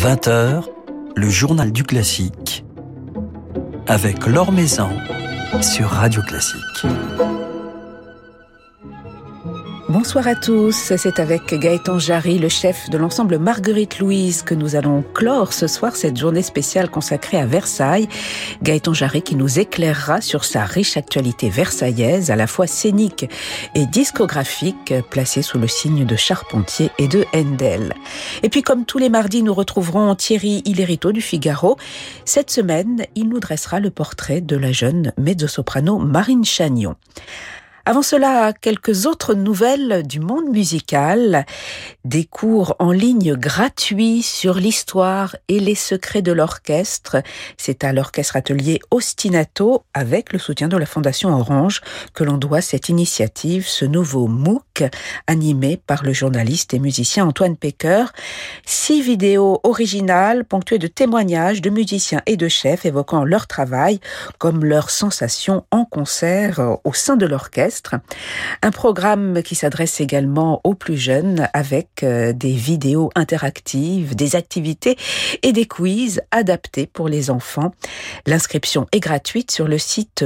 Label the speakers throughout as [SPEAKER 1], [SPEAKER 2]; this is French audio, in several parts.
[SPEAKER 1] 20h, le journal du classique, avec Laure Maison sur Radio Classique.
[SPEAKER 2] Bonsoir à tous, c'est avec Gaëtan Jarry, le chef de l'ensemble Marguerite Louise, que nous allons clore ce soir cette journée spéciale consacrée à Versailles. Gaëtan Jarry qui nous éclairera sur sa riche actualité versaillaise, à la fois scénique et discographique, placée sous le signe de Charpentier et de Handel. Et puis comme tous les mardis, nous retrouverons Thierry Hillerito du Figaro. Cette semaine, il nous dressera le portrait de la jeune mezzo-soprano Marine Chagnon. Avant cela, quelques autres nouvelles du monde musical. Des cours en ligne gratuits sur l'histoire et les secrets de l'orchestre. C'est à l'Orchestre Atelier Ostinato, avec le soutien de la Fondation Orange, que l'on doit cette initiative, ce nouveau MOOC, animé par le journaliste et musicien Antoine Pecker. 6 vidéos originales, ponctuées de témoignages de musiciens et de chefs évoquant leur travail, comme leurs sensations en concert au sein de l'orchestre. Un programme qui s'adresse également aux plus jeunes avec des vidéos interactives, des activités et des quiz adaptés pour les enfants. L'inscription est gratuite sur le site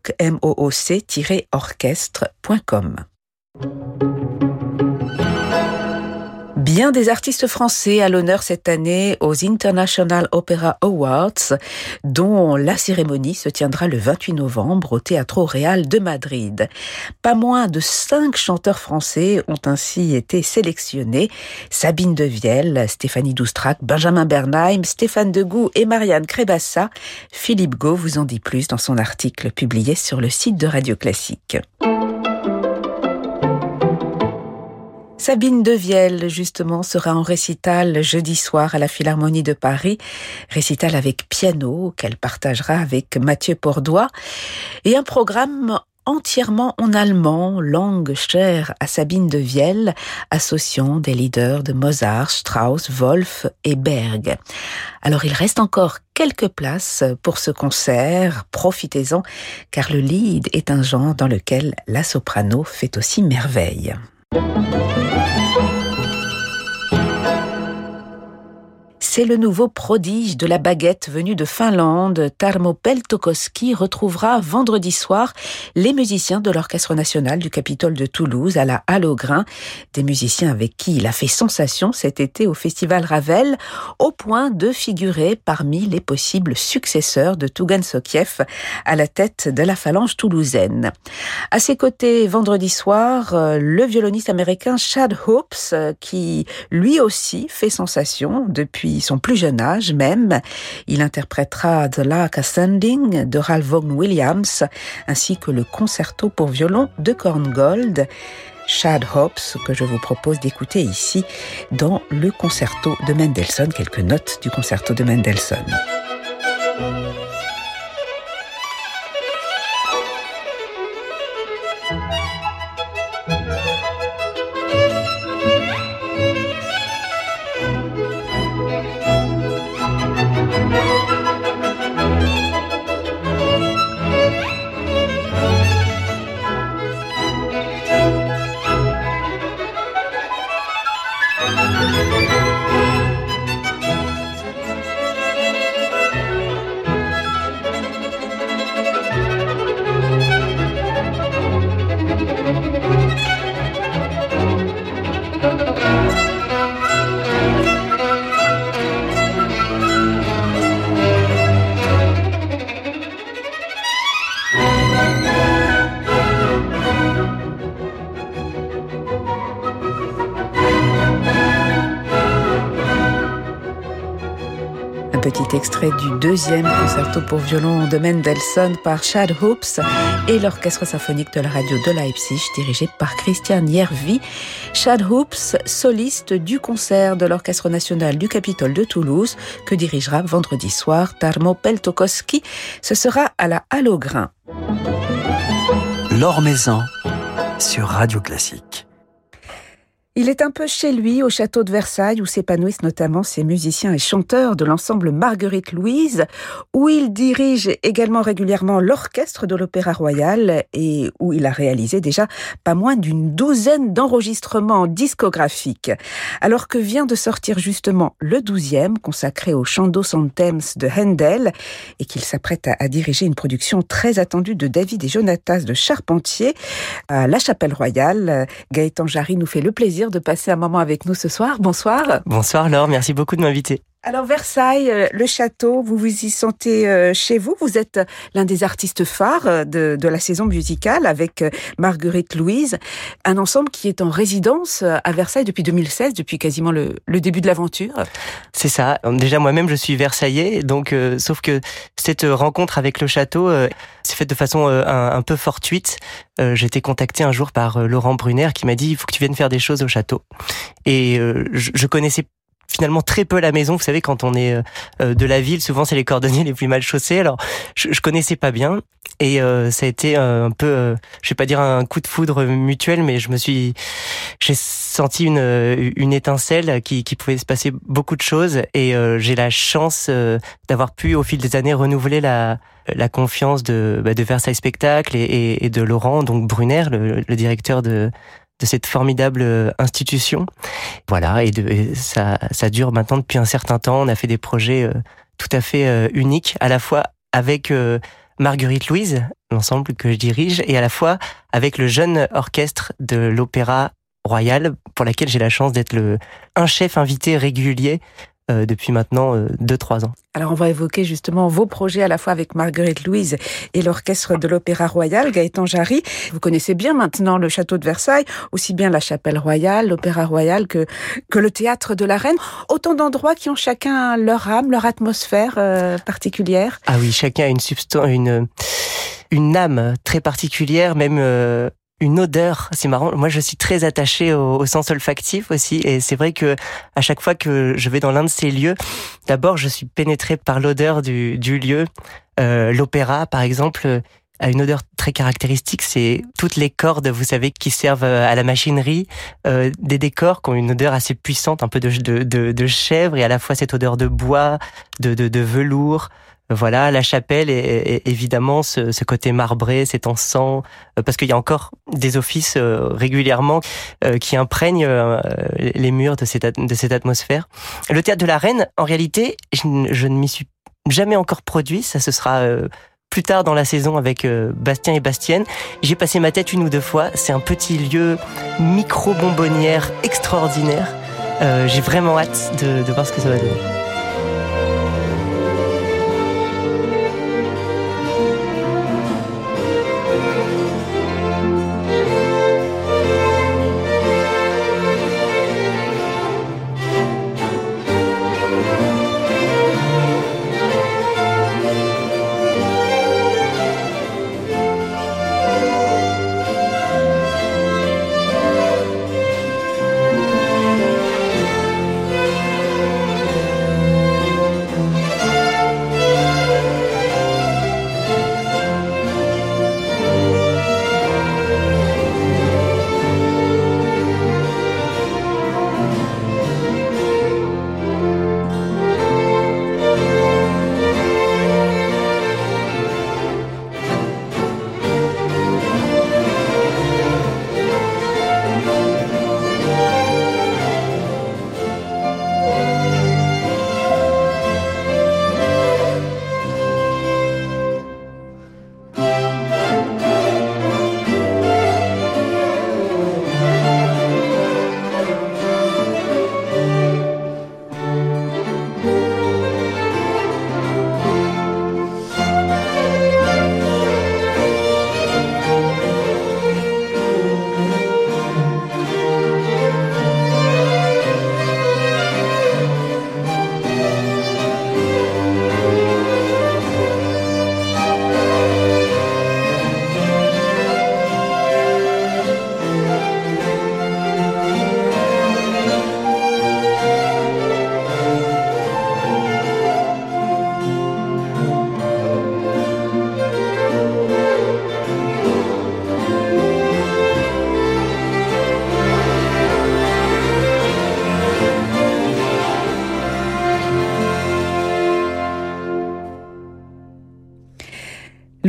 [SPEAKER 2] mooc-orchestre.com. Bien des artistes français à l'honneur cette année aux International Opera Awards, dont la cérémonie se tiendra le 28 novembre au Teatro Real de Madrid. Pas moins de 5 chanteurs français ont ainsi été sélectionnés. Sabine Devielle, Stéphanie Doustrac, Benjamin Bernheim, Stéphane Degout et Marianne Crébassa. Philippe Gau vous en dit plus dans son article publié sur le site de Radio Classique. Sabine Devielle, justement, sera en récital jeudi soir à la Philharmonie de Paris. Récital avec piano qu'elle partagera avec Mathieu Pordois. Et un programme entièrement en allemand, langue chère à Sabine Devielle, associant des leaders de Mozart, Strauss, Wolf et Berg. Alors il reste encore quelques places pour ce concert, profitez-en, car le lied est un genre dans lequel la soprano fait aussi merveille. C'est le nouveau prodige de la baguette venu de Finlande. Tarmo Peltokoski retrouvera vendredi soir les musiciens de l'Orchestre national du Capitole de Toulouse à la Halle aux Grains. Des musiciens avec qui il a fait sensation cet été au Festival Ravel, au point de figurer parmi les possibles successeurs de Tougan Sokiev à la tête de la phalange toulousaine. À ses côtés, vendredi soir, le violoniste américain Chad Hoops, qui lui aussi fait sensation depuis son plus jeune âge même. Il interprétera The Lark Ascending de Ralph Vaughan Williams ainsi que le concerto pour violon de Korngold. Chad Hoops, que je vous propose d'écouter ici dans le concerto de Mendelssohn, quelques notes du concerto de Mendelssohn. Petit extrait du deuxième concerto pour violon de Mendelssohn par Chad Hoops et l'Orchestre symphonique de la radio de Leipzig dirigé par Christian Järvi. Chad Hoops, soliste du concert de l'Orchestre national du Capitole de Toulouse que dirigera vendredi soir Tarmo Peltokoski. Ce sera à la Halle aux Grains.
[SPEAKER 1] Laure Maison sur Radio Classique.
[SPEAKER 2] Il est un peu chez lui, au château de Versailles, où s'épanouissent notamment ces musiciens et chanteurs de l'ensemble Marguerite Louise, où il dirige également régulièrement l'orchestre de l'Opéra Royal et où il a réalisé déjà pas moins d'une douzaine d'enregistrements discographiques. Alors que vient de sortir justement le 12e, consacré au Chant Anthems de Handel, et qu'il s'apprête à diriger une production très attendue de David et Jonatas de Charpentier à la Chapelle Royale. Gaëtan Jarry nous fait le plaisir de passer un moment avec nous ce soir. Bonsoir.
[SPEAKER 3] Bonsoir Laure, merci beaucoup de m'inviter.
[SPEAKER 2] Alors Versailles, le château, vous vous y sentez chez vous. Vous êtes l'un des artistes phares de la saison musicale avec Marguerite Louise, un ensemble qui est en résidence à Versailles depuis 2016, depuis quasiment le début de l'aventure.
[SPEAKER 3] C'est ça. Déjà moi-même je suis versaillais, donc sauf que cette rencontre avec le château s'est faite de façon un peu fortuite. J'ai été contacté un jour par Laurent Brunner qui m'a dit il faut que tu viennes faire des choses au château. Et je connaissais finalement très peu la maison. Vous savez, quand on est de la ville, souvent c'est les cordonniers les plus mal chaussés. Alors, je connaissais pas bien et ça a été un peu, je vais pas dire un coup de foudre mutuel, mais j'ai senti une étincelle qui pouvait se passer beaucoup de choses et j'ai la chance d'avoir pu au fil des années renouveler la confiance de Versailles Spectacle et de Laurent, donc Brunner, le directeur de cette formidable institution. Voilà, et ça dure maintenant depuis un certain temps. On a fait des projets tout à fait uniques, à la fois avec Marguerite Louise, l'ensemble que je dirige, et à la fois avec le jeune orchestre de l'Opéra Royal, pour laquelle j'ai la chance d'être un chef invité régulier depuis maintenant 2-3 ans.
[SPEAKER 2] Alors on va évoquer justement vos projets à la fois avec Marguerite Louise et l'orchestre de l'Opéra Royal. Gaëtan Jarry, vous connaissez bien maintenant le château de Versailles, aussi bien la Chapelle Royale, l'Opéra Royal que le Théâtre de la Reine. Autant d'endroits qui ont chacun leur âme, leur atmosphère particulière.
[SPEAKER 3] Ah oui, chacun a une âme très particulière, même une odeur. C'est marrant. Moi, je suis très attaché au sens olfactif aussi. Et c'est vrai que à chaque fois que je vais dans l'un de ces lieux, d'abord, je suis pénétré par l'odeur du lieu. L'opéra, par exemple, a une odeur très caractéristique. C'est toutes les cordes, vous savez, qui servent à la machinerie, des décors qui ont une odeur assez puissante, un peu de chèvre, et à la fois cette odeur de bois, de velours. Voilà, la chapelle et évidemment ce côté marbré, cet encens, parce qu'il y a encore des offices régulièrement qui imprègnent les murs de cette atmosphère. Le Théâtre de la Reine, en réalité, je ne m'y suis jamais encore produit. Ça, ce sera plus tard dans la saison avec Bastien et Bastienne. J'ai passé ma tête 1 ou 2 fois. C'est un petit lieu micro-bonbonnière extraordinaire. J'ai vraiment hâte de voir ce que ça va donner.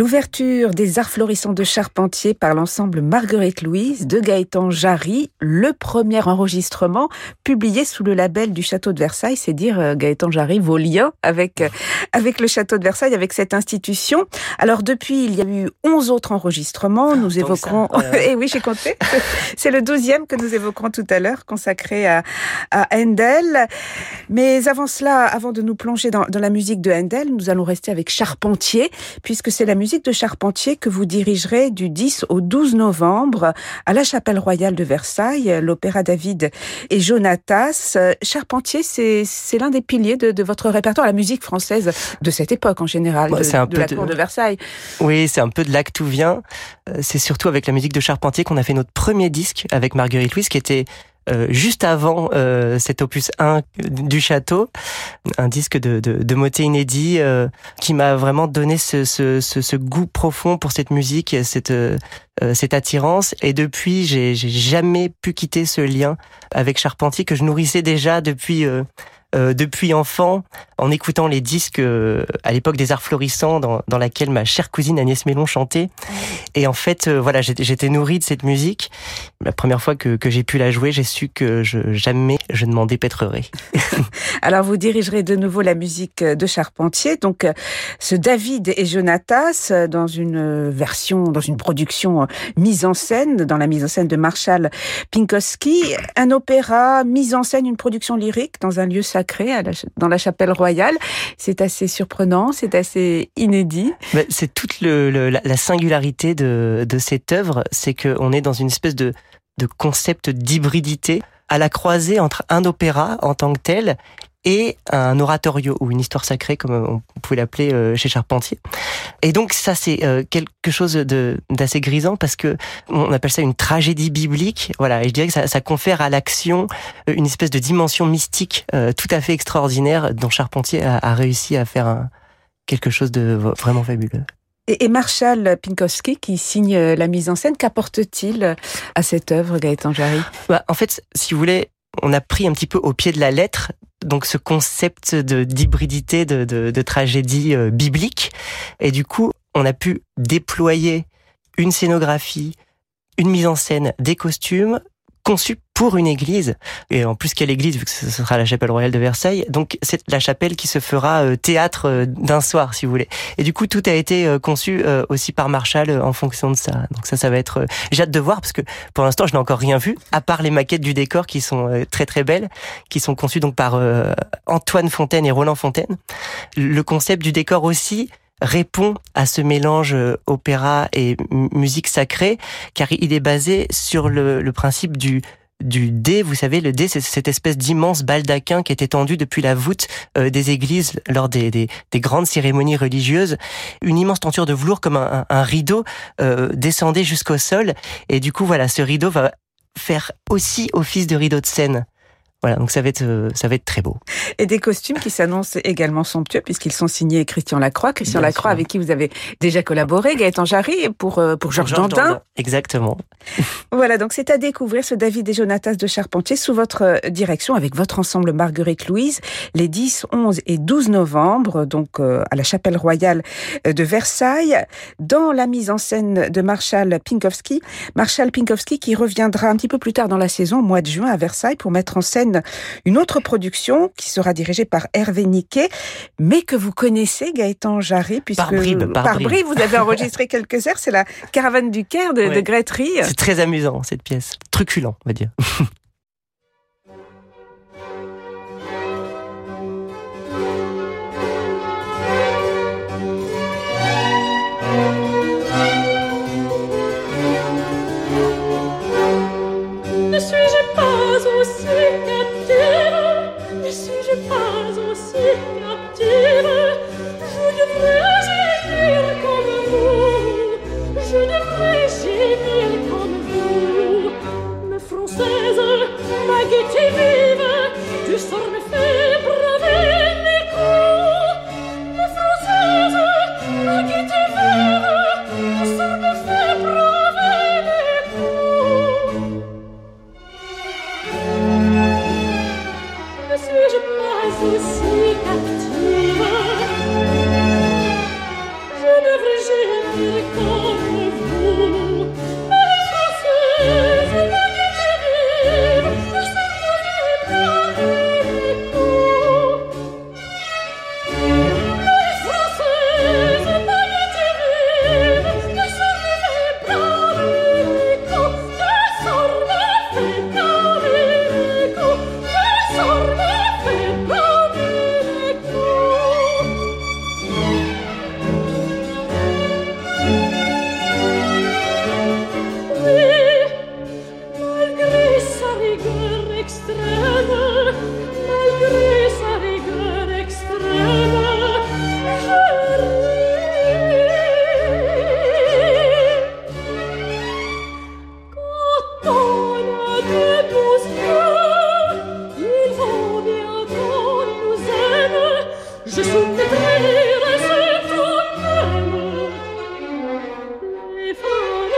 [SPEAKER 2] L'ouverture des Arts florissants de Charpentier par l'ensemble Marguerite Louise de Gaëtan Jarry, le premier enregistrement publié sous le label du Château de Versailles. C'est dire, Gaëtan Jarry, vos liens avec le Château de Versailles, avec cette institution. Alors depuis, il y a eu 11 autres enregistrements. Nous évoquerons... Eh oui, j'ai compté. C'est le 12e que nous évoquerons tout à l'heure, consacré à Handel. Mais avant cela, avant de nous plonger dans la musique de Handel, nous allons rester avec Charpentier, puisque c'est la musique de Charpentier que vous dirigerez du 10 au 12 novembre à la Chapelle Royale de Versailles, l'Opéra David et Jonatas. Charpentier, c'est l'un des piliers de votre répertoire, la musique française de cette époque en général, de la cour de Versailles.
[SPEAKER 3] Oui, c'est un peu de là que tout vient. C'est surtout avec la musique de Charpentier qu'on a fait notre premier disque avec Marguerite Louise, qui était juste avant cet opus 1 du château, un disque de motet inédit qui m'a vraiment donné ce goût profond pour cette musique, cette attirance. Et depuis, j'ai jamais pu quitter ce lien avec Charpentier que je nourrissais déjà depuis enfant, en écoutant les disques à l'époque des Arts florissants, dans laquelle ma chère cousine Agnès Mélon chantait. Et en fait, voilà, j'étais nourri de cette musique. La première fois que j'ai pu la jouer, j'ai su que jamais je ne m'en dépêtrerai.
[SPEAKER 2] Alors, vous dirigerez de nouveau la musique de Charpentier, donc ce David et Jonatas, dans une production mise en scène, dans la mise en scène de Marshall Pinkowski, un opéra, mise en scène, une production lyrique dans un lieu sacré, dans la Chapelle Royale. C'est assez surprenant, c'est assez inédit.
[SPEAKER 3] C'est toute la singularité de cette œuvre, c'est qu'on est dans une espèce de concept d'hybridité à la croisée entre un opéra en tant que tel et un oratorio ou une histoire sacrée, comme on pouvait l'appeler chez Charpentier. Et donc ça, c'est quelque chose d'assez grisant, parce que on appelle ça une tragédie biblique. Voilà, et je dirais que ça confère à l'action une espèce de dimension mystique tout à fait extraordinaire, dont Charpentier a réussi à faire quelque chose de vraiment fabuleux.
[SPEAKER 2] Et Marshall Pinkowski, qui signe la mise en scène, qu'apporte-t-il à cette œuvre, Gaëtan Jarry ?
[SPEAKER 3] En fait, si vous voulez, on a pris un petit peu au pied de la lettre donc ce concept d'hybridité, de tragédie biblique. Et du coup, on a pu déployer une scénographie, une mise en scène, des costumes conçus pour une église. Et en plus, quelle église, vu que ce sera la Chapelle Royale de Versailles. Donc, c'est la chapelle qui se fera théâtre d'un soir, si vous voulez. Et du coup, tout a été conçu aussi par Marshall en fonction de ça. Donc ça va être... J'ai hâte de voir, parce que pour l'instant, je n'ai encore rien vu, à part les maquettes du décor qui sont très très belles, qui sont conçues donc par Antoine Fontaine et Roland Fontaine. Le concept du décor aussi répond à ce mélange opéra et musique sacrée, car il est basé sur le principe du dé. Vous savez, le dé, c'est cette espèce d'immense baldaquin qui est étendu depuis la voûte des églises lors des grandes cérémonies religieuses. Une immense tenture de velours comme un rideau descendait jusqu'au sol. Et du coup, voilà, ce rideau va faire aussi office de rideau de scène. Voilà, donc ça va être très beau.
[SPEAKER 2] Et des costumes qui s'annoncent également somptueux, puisqu'ils sont signés Christian Lacroix. Christian Lacroix, avec qui vous avez déjà collaboré, Gaëtan Jarry, pour Georges Dandin.
[SPEAKER 3] Exactement.
[SPEAKER 2] Voilà, donc c'est à découvrir, ce David et Jonatas de Charpentier, sous votre direction, avec votre ensemble Marguerite Louise, les 10, 11 et 12 novembre, donc à la Chapelle Royale de Versailles, dans la mise en scène de Marshall Pinkowski. Marshall Pinkowski qui reviendra un petit peu plus tard dans la saison, au mois de juin, à Versailles, pour mettre en scène une autre production qui sera dirigée par Hervé Niquet, mais que vous connaissez, Gaëtan Jarry, puisque
[SPEAKER 3] par bribes,
[SPEAKER 2] vous avez enregistré quelques airs. C'est la Caravane du Caire de Grétry.
[SPEAKER 3] C'est très amusant, cette pièce. Truculent, on va dire.
[SPEAKER 4] Ne suis-je pas aussi captive? Ne suis-je pas aussi captive? Je devrais gémir comme vous. Je devrais gémir comme vous. Mais française, ma gaieté vive, du sort me fait braver mes coups. Mais française, ma gaieté vive, du sort me fait braver mes coups. Ne suis-je pas aussi captive? Je devrais gémir rigueur extrême, malgré sa rigueur extrême, je ris. Quand on a de douze yeux, il vaut bien qu'on nous aime. Je souffrirai, c'est tout même. Les femmes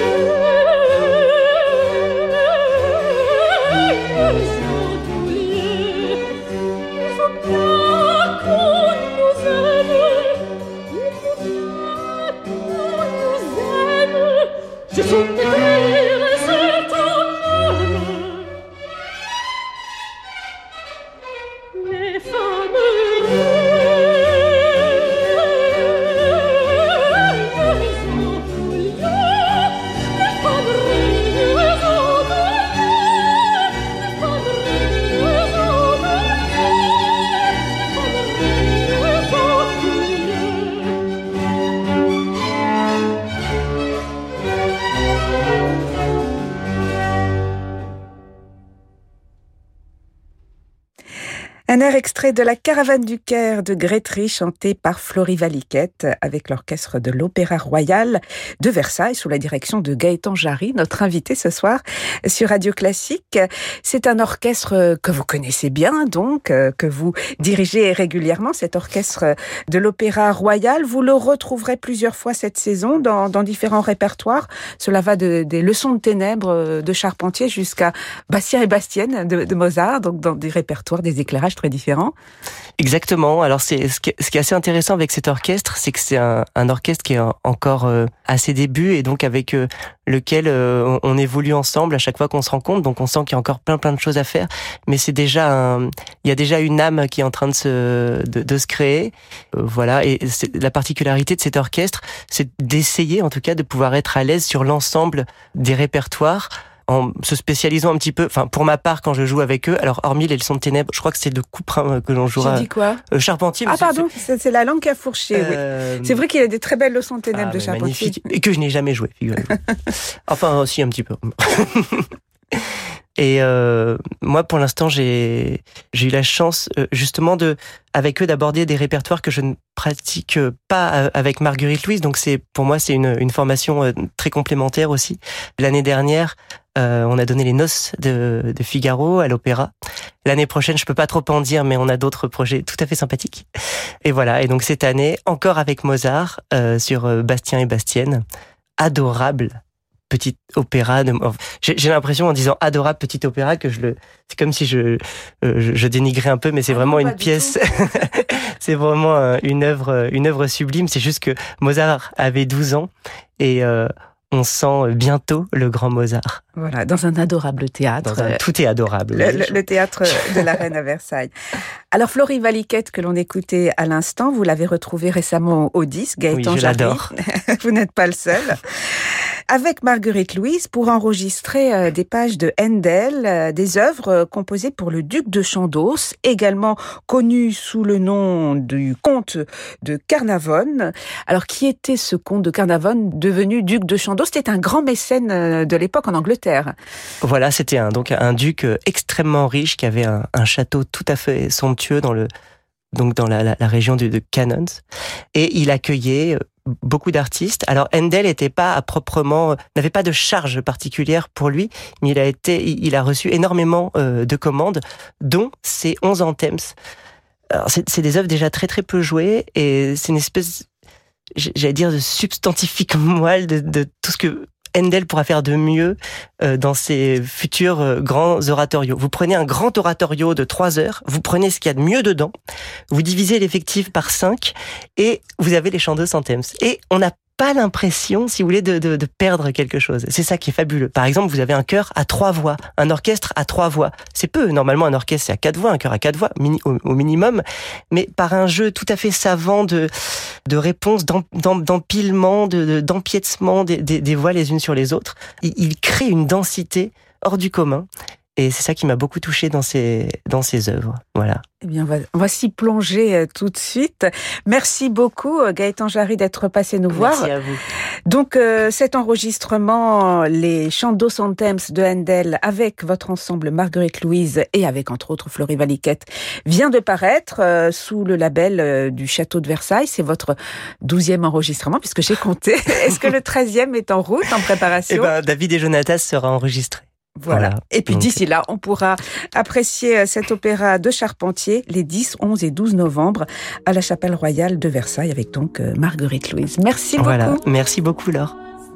[SPEAKER 4] en tout lieu, il faut bien qu'on nous aime. Il faut bien qu'on nous aime. Je souffrirai, c'est tout même. Les femmes
[SPEAKER 2] Un air extrait de La Caravane du Caire de Grétry, chanté par Flory Valiquette avec l'orchestre de l'Opéra Royal de Versailles sous la direction de Gaëtan Jarry, notre invité ce soir sur Radio Classique. C'est un orchestre que vous connaissez bien, donc, que vous dirigez régulièrement, cet orchestre de l'Opéra Royal. Vous le retrouverez plusieurs fois cette saison dans différents répertoires. Cela va des Leçons de ténèbres de Charpentier jusqu'à Bastien et Bastienne de Mozart, donc dans des répertoires, des éclairages très différents.
[SPEAKER 3] Exactement. Alors ce qui est assez intéressant avec cet orchestre, c'est que c'est un orchestre qui est encore à ses débuts et donc avec lequel on évolue ensemble à chaque fois qu'on se rencontre. Donc on sent qu'il y a encore plein de choses à faire, mais c'est déjà il y a déjà une âme qui est en train de se créer. Voilà. Et la particularité de cet orchestre, c'est d'essayer en tout cas de pouvoir être à l'aise sur l'ensemble des répertoires, en se spécialisant un petit peu, enfin pour ma part quand je joue avec eux, alors hormis les Leçons de ténèbres, je crois que c'est de Couperin que l'on jouera.
[SPEAKER 2] J'ai dit quoi
[SPEAKER 3] Charpentier.
[SPEAKER 2] Ah pardon, c'est la langue qui a fourché. Oui. C'est vrai qu'il y a des très belles Leçons de ténèbres de Charpentier.
[SPEAKER 3] Magnifique. Et que je n'ai jamais joué, figurez-vous. Enfin aussi un petit peu. Et moi, pour l'instant, j'ai eu la chance justement avec eux d'aborder des répertoires que je ne pratique pas avec Marguerite Louise. Donc pour moi, c'est une formation très complémentaire aussi. L'année dernière, on a donné les Noces de Figaro à l'Opéra. L'année prochaine, je peux pas trop en dire, mais on a d'autres projets tout à fait sympathiques. Et voilà. Et donc cette année, encore avec Mozart sur Bastien et Bastienne, adorable. Petit opéra. J'ai l'impression en disant adorable petit opéra que c'est comme si je dénigrais un peu, mais c'est vraiment une pièce. C'est vraiment une œuvre sublime. C'est juste que Mozart avait 12 ans et on sent bientôt le grand Mozart.
[SPEAKER 2] Voilà, dans un adorable théâtre.
[SPEAKER 3] Tout est adorable.
[SPEAKER 2] Le théâtre de la Reine à Versailles. Alors, Flory Valiquette, que l'on écoutait à l'instant, vous l'avez retrouvé récemment au disque, Gaëtan Jarry.
[SPEAKER 3] Oui, je l'adore.
[SPEAKER 2] Vous n'êtes pas le seul. Avec Marguerite Louise pour enregistrer des pages de Handel, des œuvres composées pour le duc de Chandos, également connu sous le nom du comte de Carnavone. Alors, qui était ce comte de Carnavone devenu duc de Chandos? C'était un grand mécène de l'époque en Angleterre.
[SPEAKER 3] Voilà, c'était un duc extrêmement riche qui avait un château tout à fait somptueux dans la région de Cannons, et il accueillait beaucoup d'artistes. Alors Handel n'avait pas de charge particulière pour lui, mais il a reçu énormément de commandes, dont ses 11 anthems. Alors c'est des œuvres déjà très très peu jouées, et c'est une espèce, j'allais dire, de substantifique moelle de tout ce que Handel pourra faire de mieux dans ses futurs grands oratorios. Vous prenez un grand oratorio de 3 heures, vous prenez ce qu'il y a de mieux dedans, vous divisez l'effectif par 5 et vous avez les Chandos anthems. Et on n'a pas l'impression, si vous voulez, de perdre quelque chose. C'est ça qui est fabuleux. Par exemple, vous avez un chœur à 3 voix, un orchestre à 3 voix. C'est peu. Normalement, un orchestre, c'est à 4 voix, un chœur à 4 voix, au minimum. Mais par un jeu tout à fait savant de réponses, d'empilement, d'empiètement des voix les unes sur les autres, il crée une densité hors du commun. Et c'est ça qui m'a beaucoup touché dans ses œuvres. Voilà.
[SPEAKER 2] Eh bien, on va s'y plonger tout de suite. Merci beaucoup, Gaëtan Jarry, d'être passé nous voir.
[SPEAKER 3] Merci à vous.
[SPEAKER 2] Donc, cet enregistrement, les Chandos Anthems de Handel, avec votre ensemble Marguerite Louise et avec, entre autres, Florie Valiquette, vient de paraître sous le label du Château de Versailles. C'est votre 12e enregistrement, puisque j'ai compté. Est-ce que le 13e est en route, en préparation?
[SPEAKER 3] Eh ben, David et Jonatas sera enregistré.
[SPEAKER 2] Voilà. Et puis d'ici là, on pourra apprécier cet opéra de Charpentier les 10, 11 et 12 novembre à la Chapelle Royale de Versailles avec donc Marguerite Louise. Merci beaucoup.
[SPEAKER 3] Voilà. Merci beaucoup, Laure.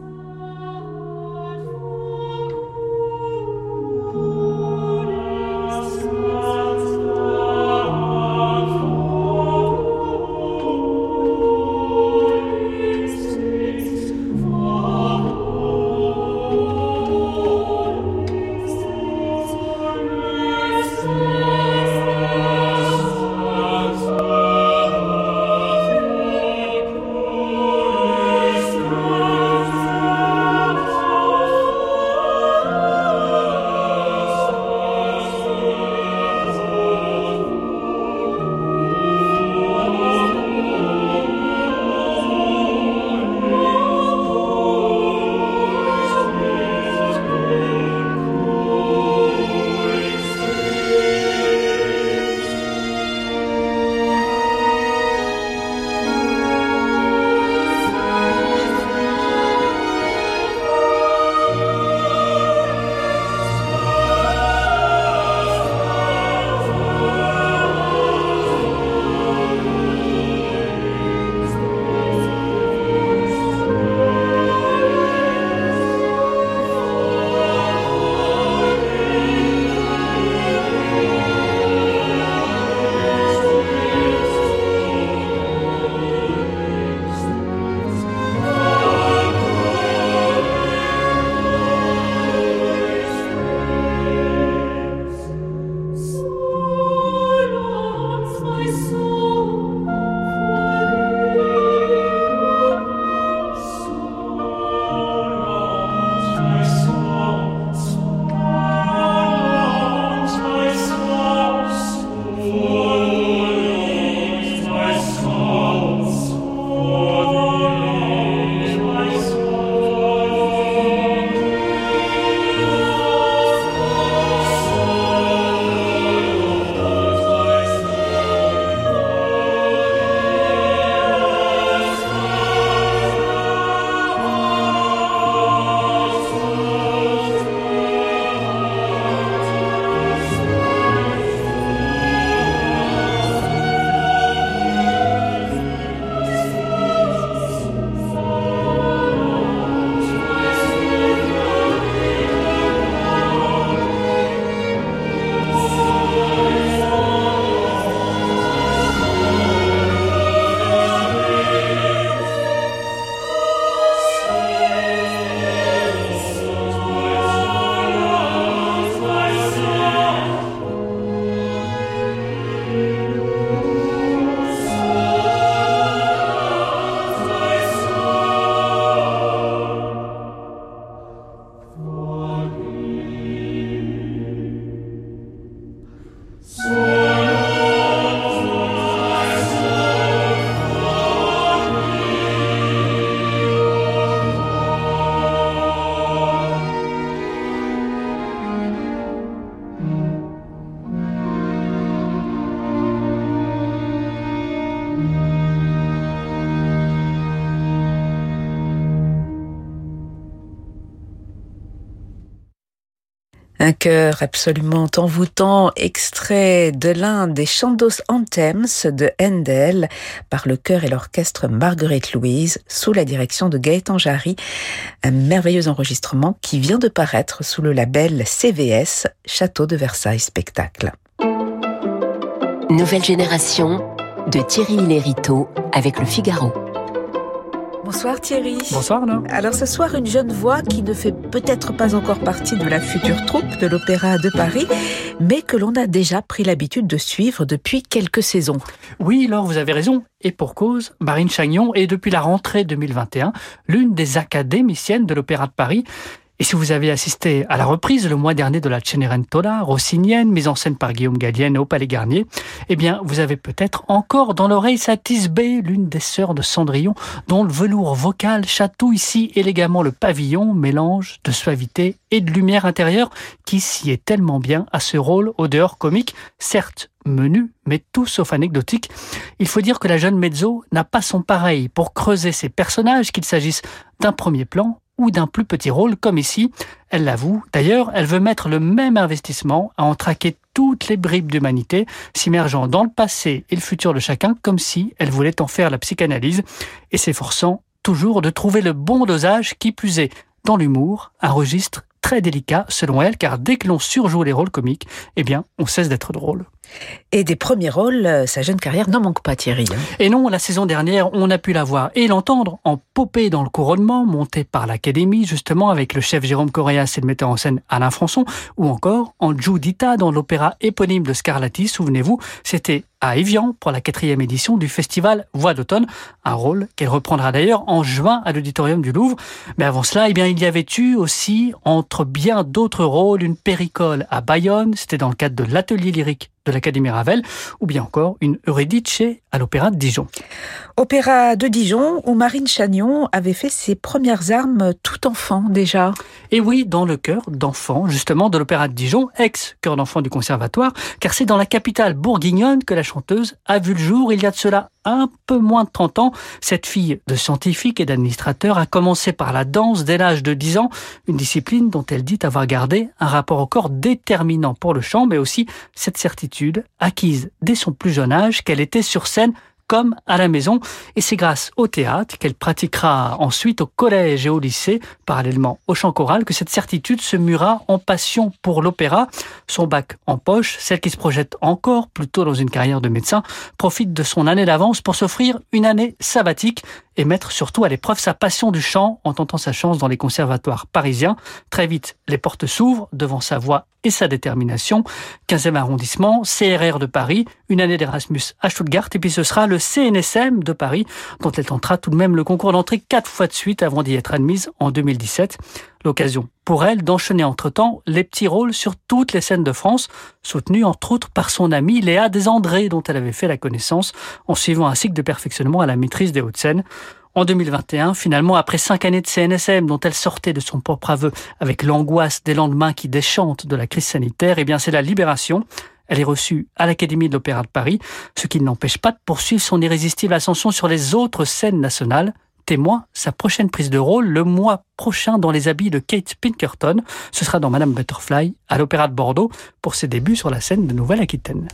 [SPEAKER 2] Un chœur absolument envoûtant, extrait de l'un des Chandos Anthems de Handel par le chœur et l'orchestre Marguerite Louise sous la direction de Gaëtan Jarry. Un merveilleux enregistrement qui vient de paraître sous le label CVS, Château de Versailles Spectacle.
[SPEAKER 5] Nouvelle génération de Thierry Lériteau avec Le Figaro.
[SPEAKER 2] Bonsoir Thierry.
[SPEAKER 6] Bonsoir Anna.
[SPEAKER 2] Alors ce soir, une jeune voix qui ne fait peut-être pas encore partie de la future troupe de l'Opéra de Paris, mais que l'on a déjà pris l'habitude de suivre depuis quelques saisons.
[SPEAKER 6] Oui, Laure, vous avez raison. Et pour cause, Marine Chagnon est depuis la rentrée 2021 l'une des académiciennes de l'Opéra de Paris. Et Et si vous avez assisté à la reprise le mois dernier de la Cenerentola rossinienne, mise en scène par Guillaume Gallienne au Palais Garnier, eh bien, vous avez peut-être encore dans l'oreille sa Thisbé, l'une des sœurs de Cendrillon, dont le velours vocal chatouille ici élégamment le pavillon, mélange de suavité et de lumière intérieure qui sied tellement bien à ce rôle au dehors comique, certes menu, mais tout sauf anecdotique. Il faut dire que la jeune mezzo n'a pas son pareil pour creuser ses personnages, qu'il s'agisse d'un premier plan ou d'un plus petit rôle, comme ici. Elle l'avoue. D'ailleurs, elle veut mettre le même investissement à en traquer toutes les bribes d'humanité, s'immergeant dans le passé et le futur de chacun, comme si elle voulait en faire la psychanalyse, et s'efforçant toujours de trouver le bon dosage, qui plus est, dans l'humour, un registre très délicat selon elle, car dès que l'on surjoue les rôles comiques, eh bien, on cesse d'être drôle.
[SPEAKER 2] Et des premiers rôles, sa jeune carrière n'en manque pas, Thierry.
[SPEAKER 6] Et non, la saison dernière, on a pu la voir et l'entendre en Popée dans le couronnement, monté par l'Académie, justement, avec le chef Jérôme Correas et le metteur en scène Alain Françon, ou encore en Giuditta dans l'opéra éponyme de Scarlatti, souvenez-vous, c'était à Évian pour la 4e édition du festival Voix d'automne, un rôle qu'elle reprendra d'ailleurs en juin à l'auditorium du Louvre. Mais avant cela, eh bien, il y avait eu aussi, entre bien d'autres rôles, une Péricole à Bayonne, c'était dans le cadre de l'atelier lyrique de l'Académie Ravel, ou bien encore une Eurydice à l'Opéra de Dijon.
[SPEAKER 2] Opéra de Dijon, où Marine Chagnon avait fait ses premières armes tout enfant déjà.
[SPEAKER 6] Et oui, dans le chœur d'enfants, justement, de l'Opéra de Dijon, ex-chœur d'enfants du Conservatoire, car c'est dans la capitale bourguignonne que la chanteuse a vu le jour il y a de cela un peu moins de 30 ans. Cette fille de scientifique et d'administrateur a commencé par la danse dès l'âge de 10 ans, une discipline dont elle dit avoir gardé un rapport au corps déterminant pour le chant, mais aussi cette certitude acquise dès son plus jeune âge qu'elle était sur scène comme à la maison. Et c'est grâce au théâtre qu'elle pratiquera ensuite au collège et au lycée, parallèlement au chant choral, que cette certitude se mûra en passion pour l'opéra. Son bac en poche, celle qui se projette encore plutôt dans une carrière de médecin, profite de son année d'avance pour s'offrir une année sabbatique et mettre surtout à l'épreuve sa passion du chant en tentant sa chance dans les conservatoires parisiens. Très vite, les portes s'ouvrent devant sa voix et sa détermination. 15e arrondissement, CRR de Paris, une année d'Erasmus à Stuttgart, et puis ce sera le CNSM de Paris, dont elle tentera tout de même le concours d'entrée 4 fois de suite avant d'y être admise en 2017. L'occasion pour elle d'enchaîner entre-temps les petits rôles sur toutes les scènes de France, soutenue entre autres par son amie Léa Desandré, dont elle avait fait la connaissance en suivant un cycle de perfectionnement à la maîtrise des Hauts-de-Seine. En 2021, finalement, après 5 années de CNSM dont elle sortait de son propre aveu avec l'angoisse des lendemains qui déchantent de la crise sanitaire, eh bien c'est la libération. Elle est reçue à l'Académie de l'Opéra de Paris, ce qui ne l'empêche pas de poursuivre son irrésistible ascension sur les autres scènes nationales. Témoin, sa prochaine prise de rôle le mois prochain dans les habits de Kate Pinkerton. Ce sera dans Madame Butterfly à l'Opéra de Bordeaux pour ses débuts sur la scène de Nouvelle-Aquitaine.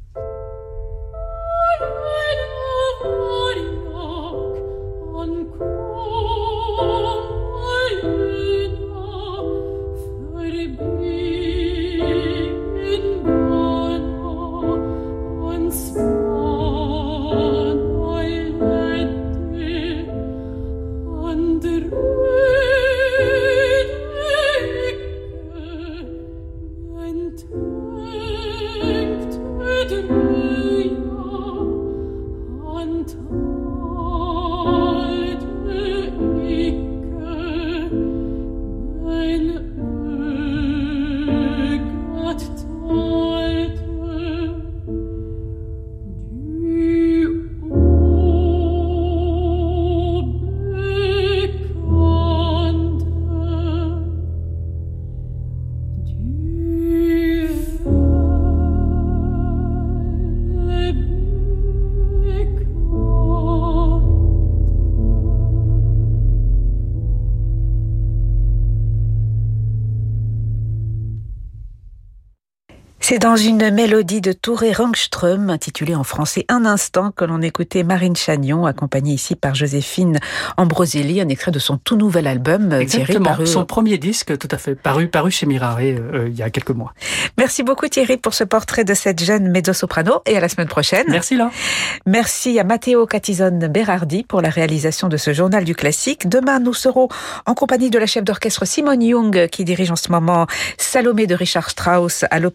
[SPEAKER 2] C'est dans une mélodie de Touré Rangström, intitulée en français Un instant, que l'on écoutait Marine Chagnon, accompagnée ici par Joséphine Ambroselli, un extrait de son tout nouvel album.
[SPEAKER 6] Exactement,
[SPEAKER 2] Thierry,
[SPEAKER 6] son premier disque, tout à fait, paru chez Mirare il y a quelques mois.
[SPEAKER 2] Merci beaucoup Thierry pour ce portrait de cette jeune mezzo-soprano, et à la semaine prochaine.
[SPEAKER 6] Merci là.
[SPEAKER 2] Merci à Matteo Catizone Berardi pour la réalisation de ce journal du classique. Demain, nous serons en compagnie de la chef d'orchestre Simone Young, qui dirige en ce moment Salomé de Richard Strauss à l'Opéra de Paris.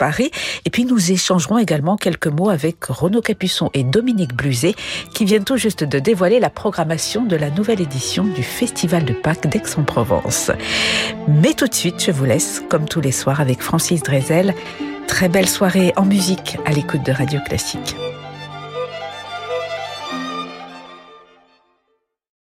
[SPEAKER 2] Paris. Et puis nous échangerons également quelques mots avec Renaud Capuçon et Dominique Bluzet qui viennent tout juste de dévoiler la programmation de la nouvelle édition du Festival de Pâques d'Aix-en-Provence. Mais tout de suite, je vous laisse, comme tous les soirs, avec Francis Drezel. Très belle soirée en musique à l'écoute de Radio Classique.